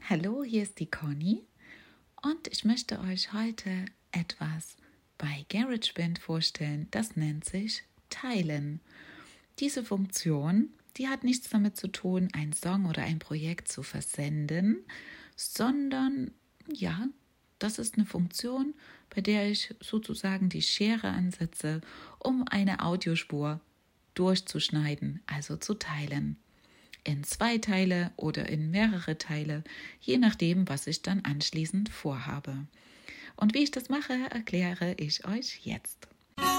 Hallo, hier ist die Conny und ich möchte euch heute etwas bei GarageBand vorstellen. Das nennt sich Teilen. Diese Funktion, die hat nichts damit zu tun, einen Song oder ein Projekt zu versenden, sondern das ist eine Funktion, bei der ich sozusagen die Schere ansetze, um eine Audiospur durchzuschneiden, also zu teilen. In 2 Teile oder in mehrere Teile, je nachdem, was ich dann anschließend vorhabe. Und wie ich das mache, erkläre ich euch jetzt.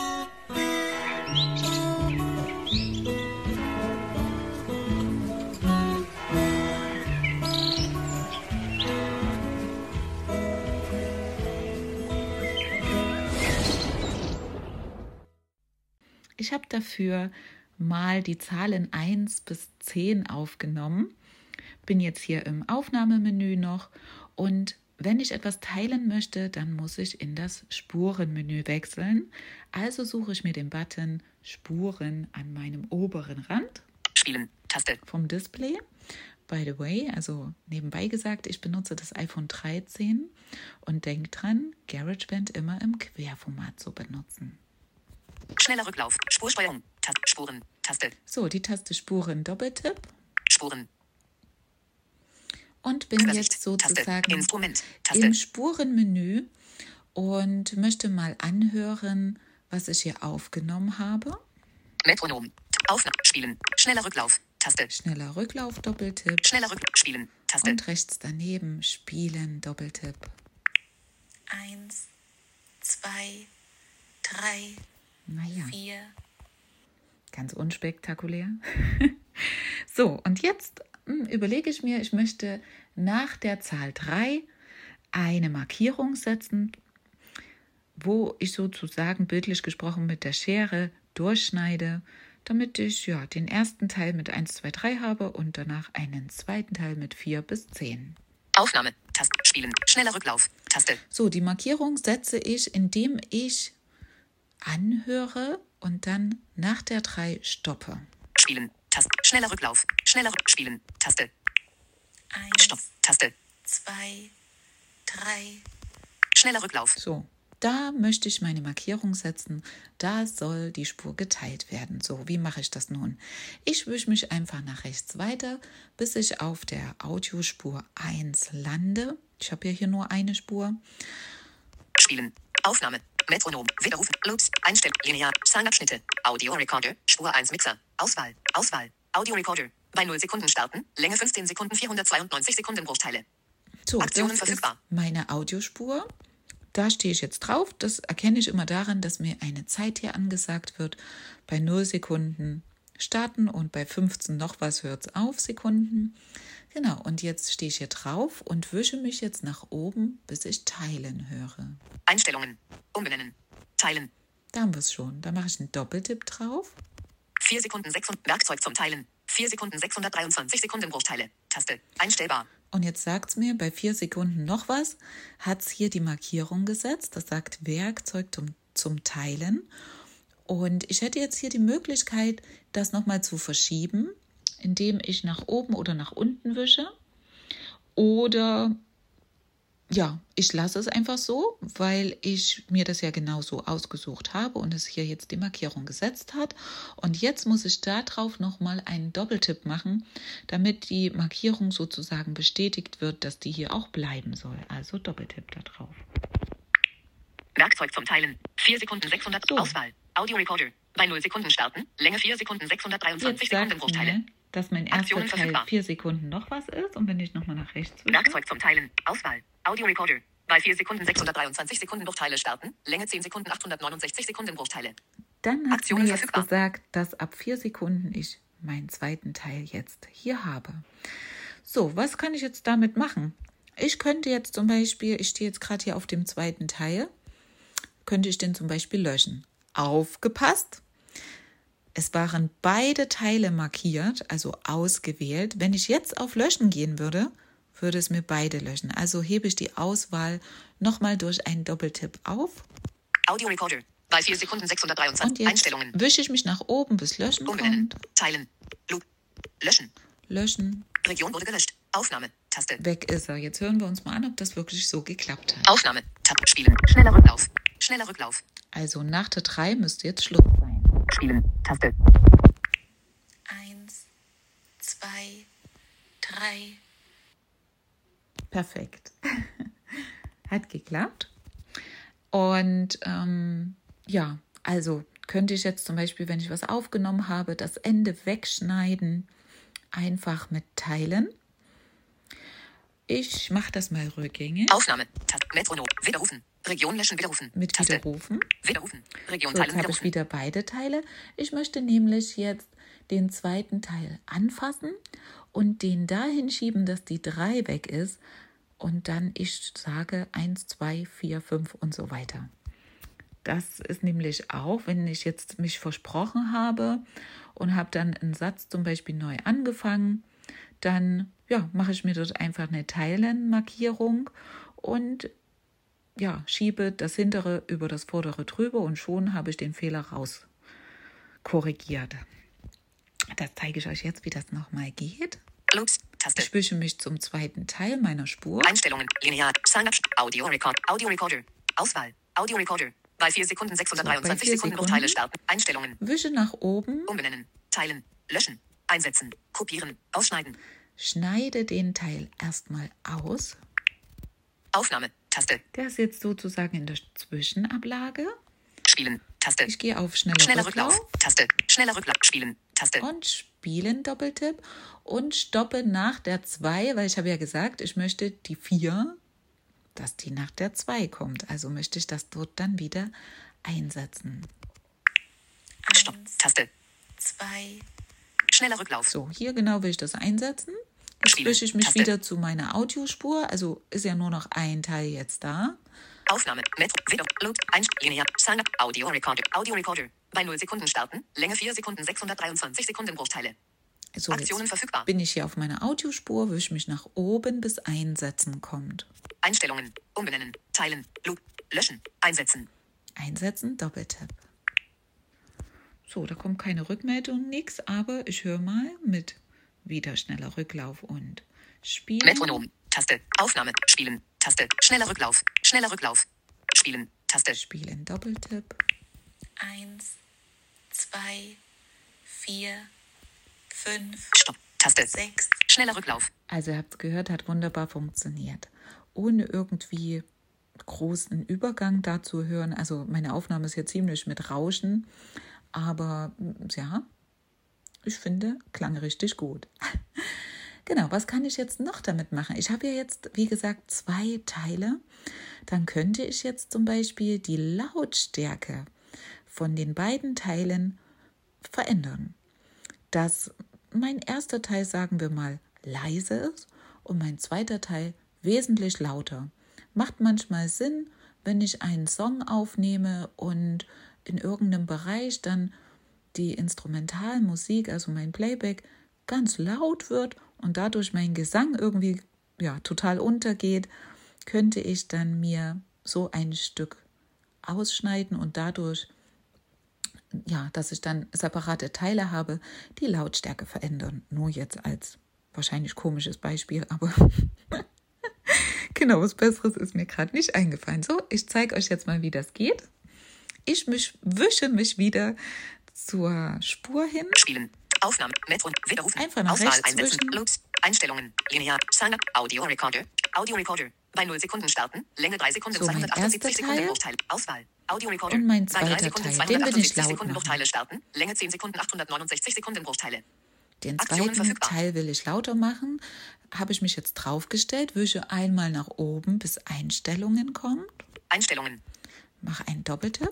Ich habe dafür mal die Zahlen 1 bis 10 aufgenommen. Bin jetzt hier im Aufnahmemenü noch und wenn ich etwas teilen möchte, dann muss ich in das Spurenmenü wechseln. Also suche ich mir den Button Spuren an meinem oberen Rand. Spielen, Taste. Vom Display. By the way, also nebenbei gesagt, ich benutze das iPhone 13 und denkt dran, GarageBand immer im Querformat zu benutzen. Schneller Rücklauf, Spursteuerung, Spuren, Taste. So, die Taste Spuren, Doppeltipp. Spuren. Und bin Übersicht, jetzt sozusagen Taste. Instrument, Taste. im Spurenmenü und möchte mal anhören, was ich hier aufgenommen habe. Metronom, Aufnahme, Spielen, schneller Rücklauf, Taste. Schneller Rücklauf, Doppeltipp. Schneller Rücklauf, Spielen, Taste. Und rechts daneben Spielen, Doppeltipp. 1, 2, 3, Naja, 4. ganz unspektakulär. So, und jetzt überlege ich mir, ich möchte nach der Zahl 3 eine Markierung setzen, wo ich sozusagen bildlich gesprochen mit der Schere durchschneide, damit ich den ersten Teil mit 1, 2, 3 habe und danach einen zweiten Teil mit 4 bis 10. Aufnahme, Taste, Spielen, schneller Rücklauf, Taste. So, die Markierung setze ich, indem ich anhöre und dann nach der 3 stoppe. Spielen, Taste, schneller Rücklauf, Spielen, Taste. 1, Stopp, Taste. 2, 3. Schneller Rücklauf. So, da möchte ich meine Markierung setzen. Da soll die Spur geteilt werden. So, wie mache ich das nun? Ich wische mich einfach nach rechts weiter, bis ich auf der Audiospur 1 lande. Ich habe ja hier nur eine Spur. Spielen, Aufnahme, Metronom, Widerruf, Loops, Einstellung, Linear, Songabschnitte, Audio Recorder, Spur 1 Mixer, Auswahl, Audio Recorder, bei 0 Sekunden starten, Länge 15 Sekunden, 492 Sekundenbruchteile. So, Aktionen das verfügbar. ist meine Audiospur. Da stehe ich jetzt drauf. Das erkenne ich immer daran, dass mir eine Zeit hier angesagt wird. Bei 0 Sekunden starten und bei 15 noch was hört es auf Sekunden. Genau, und jetzt stehe ich hier drauf und wische mich jetzt nach oben, bis ich teilen höre. Einstellungen, umbenennen, teilen. Da haben wir es schon. Da mache ich einen Doppeltipp drauf. 4 Sekunden 600, Werkzeug zum Teilen. 4 Sekunden 623 Sekundenbruchteile. Taste. Einstellbar. Und jetzt sagt es mir, bei 4 Sekunden noch was, hat es hier die Markierung gesetzt. Das sagt Werkzeug zum Teilen. Und ich hätte jetzt hier die Möglichkeit, das nochmal zu verschieben, indem ich nach oben oder nach unten wische. Oder ich lasse es einfach so, weil ich mir das ja genau so ausgesucht habe und es hier jetzt die Markierung gesetzt hat. Und jetzt muss ich da drauf nochmal einen Doppeltipp machen, damit die Markierung sozusagen bestätigt wird, dass die hier auch bleiben soll. Also Doppeltipp da drauf. Werkzeug zum Teilen. 4 Sekunden 600, So. Auswahl, Audio Recorder. Bei 0 Sekunden starten, Länge 4 Sekunden 623 Jetzt sagt Sekundenbruchteile. mir, dass mein erster Aktionen Teil verfügbar. 4 Sekunden noch was ist. Und wenn ich nochmal nach rechts wische, Werkzeug zum Teilen. Auswahl. Audio Recorder. Bei 4 Sekunden 623 Sekundenbruchteile starten. Länge 10 Sekunden 869 Sekundenbruchteile. dann hat es Aktionen mir jetzt verfügbar. gesagt, dass ab 4 Sekunden ich meinen zweiten Teil jetzt hier habe. So, was kann ich jetzt damit machen? Ich könnte jetzt zum Beispiel, ich stehe jetzt gerade hier auf dem zweiten Teil, könnte ich den zum Beispiel löschen. Aufgepasst! Es waren beide Teile markiert, also ausgewählt. Wenn ich jetzt auf Löschen gehen würde, würde es mir beide löschen. Also hebe ich die Auswahl nochmal durch einen Doppeltipp auf. Audio Recorder. Bei 4 Sekunden 623 Und jetzt Einstellungen. wische ich mich nach oben bis Löschen Umbenennen. kommt. Teilen. Loop. Löschen. Löschen. Region wurde gelöscht. Aufnahme. Taste. Weg ist er. Jetzt hören wir uns mal an, ob das wirklich so geklappt hat. Aufnahme. Tab. Spielen. Schneller Rücklauf. Schneller Rücklauf. Also nach der 3 müsste jetzt Schluss sein. Spielen. Taste. 1, 2, 3. Perfekt. Hat geklappt. Und ja, also könnte ich jetzt zum Beispiel, wenn ich was aufgenommen habe, das Ende wegschneiden, einfach mit Teilen. Ich mache das mal rückgängig. Aufnahme. Taste. Metronom. Widerrufen. Region löschen. Widerrufen. Mit Taste. Widerrufen. Widerrufen. Region So, jetzt teilen. habe ich Widerrufen. wieder beide Teile. Ich möchte nämlich jetzt den zweiten Teil anfassen und den dahin schieben, dass die 3 weg ist. Und dann ich sage 1, 2, 4, 5 und so weiter. Das ist nämlich auch, wenn ich jetzt mich versprochen habe und habe dann einen Satz zum Beispiel neu angefangen, dann ja, mache ich mir dort einfach eine Teilenmarkierung und ja, schiebe das hintere über das vordere drüber und schon habe ich den Fehler raus korrigiert. Das zeige ich euch jetzt, wie das nochmal geht. Loops. Taste. Ich wische mich zum zweiten Teil meiner Spur. Einstellungen. Linear. Sign-up. Audio Record. Audio Recorder. Auswahl. Audio Recorder. Bei 4 Sekunden 623 So, bei 4 Sekunden Bruchteile starten. Einstellungen. Wische nach oben, Umbenennen. Teilen. Löschen. Einsetzen. Kopieren. Ausschneiden. schneide den Teil erstmal aus. Aufnahme. Taste. Der ist jetzt sozusagen in der Zwischenablage. Spielen. Taste. Ich gehe auf schneller Rücklauf. Taste. Schneller Rücklauf. Spielen. Taste. und spielen Doppeltipp und stoppe nach der 2, weil ich habe ja gesagt, ich möchte die 4, dass die nach der 2 kommt. Also möchte ich das dort dann wieder einsetzen. Stopp. 1, Taste. 2, Schneller Rücklauf. So, hier genau will ich das einsetzen. Jetzt Spielen. wische ich mich Taste. wieder zu meiner Audiospur. Also ist ja nur noch ein Teil jetzt da. Aufnahme. Metro. Video. Load. Linear. Sign-up. Audio Recorder. Audio Recorder. Bei 0 Sekunden starten. Länge 4 Sekunden 623 Sekunden Bruchteile. So, Aktionen jetzt verfügbar. bin ich hier auf meiner Audiospur, wische mich nach oben, bis Einsetzen kommt. Einstellungen. Umbenennen. Teilen. Loop. Löschen. Einsetzen. Einsetzen, Doppeltipp. So, da kommt keine Rückmeldung, nichts, aber ich höre mal mit wieder schneller Rücklauf und Spielen. Metronom. Taste. Aufnahme. Spielen. Taste. Schneller Rücklauf. Schneller Rücklauf. Spielen. Taste. Spielen, Doppeltipp. 1, 2, 4, 5, Stopp. Taste. 6, Schneller Rücklauf. Also ihr habt es gehört, hat wunderbar funktioniert. Ohne irgendwie großen Übergang dazu hören. Also meine Aufnahme ist hier ziemlich mit Rauschen, aber ja, ich finde, klang richtig gut. Genau, was kann ich jetzt noch damit machen? Ich habe ja jetzt, wie gesagt, 2 Teile. Dann könnte ich jetzt zum Beispiel die Lautstärke von den beiden Teilen verändern. Dass mein erster Teil, sagen wir mal, leise ist und mein zweiter Teil wesentlich lauter. Macht manchmal Sinn, wenn ich einen Song aufnehme und in irgendeinem Bereich dann die Instrumentalmusik, also mein Playback, ganz laut wird und dadurch mein Gesang irgendwie total untergeht, könnte ich dann mir so ein Stück ausschneiden und dadurch, dass ich dann separate Teile habe, die Lautstärke verändern. Nur jetzt als wahrscheinlich komisches Beispiel, aber genau, was Besseres ist mir gerade nicht eingefallen. So, ich zeige euch jetzt mal, wie das geht. Ich wische mich wieder zur Spur hin. Spielen. Aufnahme. Metro. Widerrufen. Einfach nach Auswahl. rechts Einsetzen. wischen. Loops. Einstellungen. Linear. Sign-up. Audio Recorder. Audio Recorder. Bei 0 Sekunden starten. Länge 3 Sekunden. So, mein 278 erster Sekunden. Teil. Bruchteile. Auswahl. Audio Recorder. Und mein Bei 3 zweiter Sekunden. Teil. Den will ich 278 laut Sekunden. machen. Bruchteile starten. Länge 10 Sekunden. 869 Sekunden. Bruchteile. Den Aktionen zweiten verfügbar. Teil will ich lauter machen. Habe ich mich jetzt draufgestellt, wische einmal nach oben, bis Einstellungen kommt. Einstellungen. Mache einen Doppeltipp.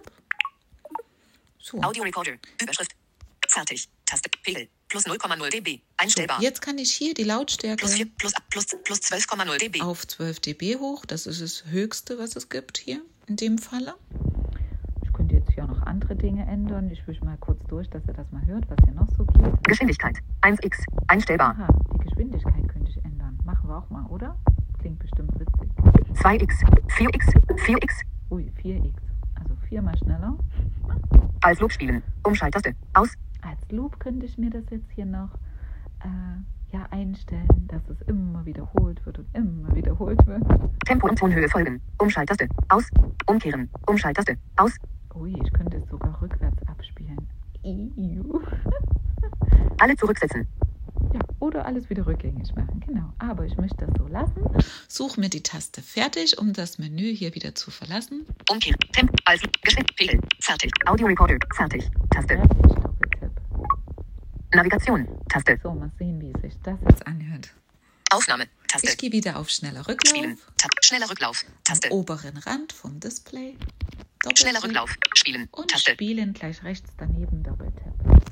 So, Audio Recorder. Überschrift. Fertig. Taste. Pegel. Plus 0,0 dB. Einstellbar. jetzt kann ich hier die Lautstärke Plus 4. Plus 12,0 dB. auf 12 dB hoch. Das ist das Höchste, was es gibt hier in dem Falle. Ich könnte jetzt hier noch andere Dinge ändern. Ich wische mal kurz durch, dass ihr das mal hört, was hier noch so geht. Geschwindigkeit. 1x. Einstellbar. Aha, die Geschwindigkeit könnte ich ändern. Machen wir auch mal, oder? Klingt bestimmt witzig. 2x. 4x. 4x. Ui, 4x. Also 4-mal schneller. Als Loop spielen. Umschalttaste. Aus. Als Loop könnte ich mir das jetzt hier noch einstellen, dass es immer wiederholt wird und immer wiederholt wird. Tempo und Tonhöhe folgen. Umschalttaste. Aus. Umkehren. Umschalttaste. Aus. Ui, ich könnte es sogar rückwärts abspielen. Iu. Alle zurücksetzen. Ja, oder alles wieder rückgängig machen, genau. Aber ich möchte das so lassen. Suche mir die Taste fertig, um das Menü hier wieder zu verlassen. Umkehren. Tempo. Also. Pegel. Fertig. Audio Recorder. Fertig. Taste. Fertig, Doppeltipp. Navigation. Taste. So, mal sehen, wie sich das jetzt anhört. Aufnahme. Taste. Ich gehe wieder auf schneller Rücklauf. Spielen. Schneller Rücklauf. Taste. Am oberen Rand vom Display. Doppeltipp. Schneller Rücklauf. Spielen. Und Taste. spielen gleich rechts daneben Doppeltipp.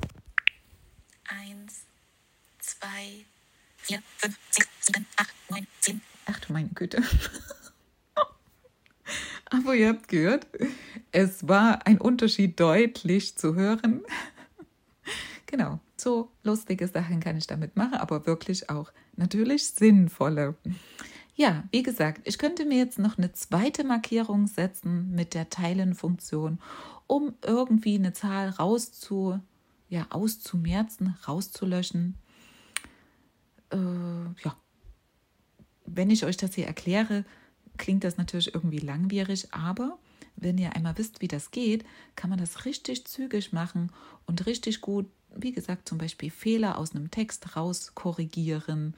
1, 2, 4, 5, 6, 7, 8, 9, 10. Ach du meine Güte. Aber ihr habt gehört, es war ein Unterschied deutlich zu hören. Genau, so lustige Sachen kann ich damit machen, aber wirklich auch natürlich sinnvolle. Ja, wie gesagt, ich könnte mir jetzt noch eine zweite Markierung setzen mit der Teilen-Funktion, um irgendwie eine Zahl auszumerzen, rauszulöschen. Wenn ich euch das hier erkläre, klingt das natürlich irgendwie langwierig, aber wenn ihr einmal wisst, wie das geht, kann man das richtig zügig machen und richtig gut, wie gesagt, zum Beispiel Fehler aus einem Text rauskorrigieren,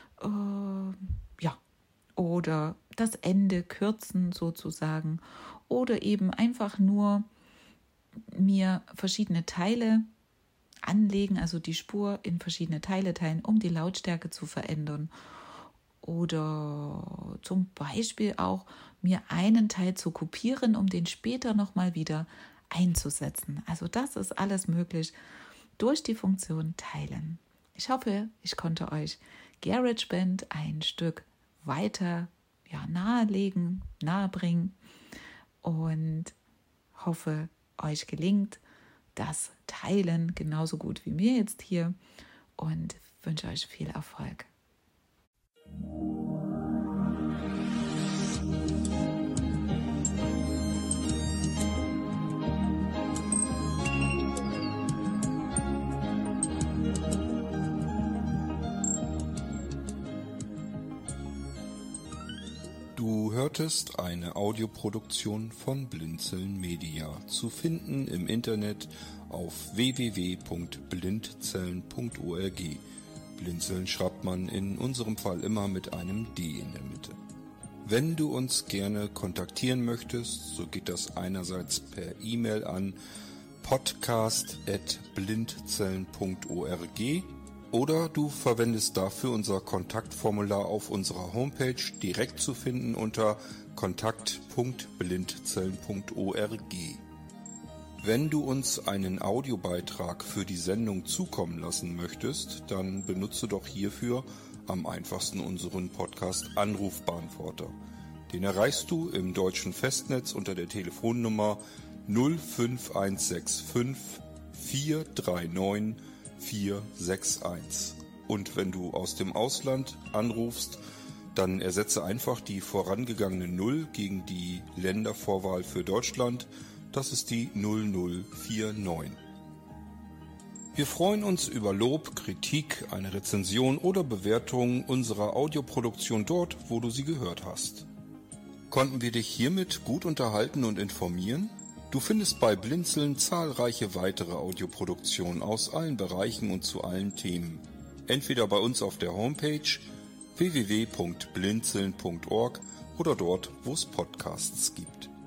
oder das Ende kürzen sozusagen oder eben einfach nur mir verschiedene Teile anlegen, also die Spur in verschiedene Teile teilen, um die Lautstärke zu verändern. Oder zum Beispiel auch mir einen Teil zu kopieren, um den später nochmal wieder einzusetzen. Also das ist alles möglich durch die Funktion Teilen. Ich hoffe, ich konnte euch GarageBand ein Stück weiter nahebringen und hoffe, euch gelingt das Teilen genauso gut wie mir jetzt hier und wünsche euch viel Erfolg. Du hörtest eine Audioproduktion von Blinzeln Media, zu finden im Internet auf www.blindzellen.org. Blinzeln schreibt man in unserem Fall immer mit einem D in der Mitte. Wenn du uns gerne kontaktieren möchtest, so geht das einerseits per E-Mail an podcast@blindzellen.org oder du verwendest dafür unser Kontaktformular auf unserer Homepage, direkt zu finden unter kontakt.blindzellen.org. Wenn du uns einen Audiobeitrag für die Sendung zukommen lassen möchtest, dann benutze doch hierfür am einfachsten unseren Podcast Anrufbeantworter. Den erreichst du im deutschen Festnetz unter der Telefonnummer 05165 439 461. Und wenn du aus dem Ausland anrufst, dann ersetze einfach die vorangegangene 0 gegen die Ländervorwahl für Deutschland. Das ist die 0049. Wir freuen uns über Lob, Kritik, eine Rezension oder Bewertung unserer Audioproduktion dort, wo du sie gehört hast. Konnten wir dich hiermit gut unterhalten und informieren? Du findest bei Blinzeln zahlreiche weitere Audioproduktionen aus allen Bereichen und zu allen Themen. Entweder bei uns auf der Homepage www.blinzeln.org oder dort, wo es Podcasts gibt.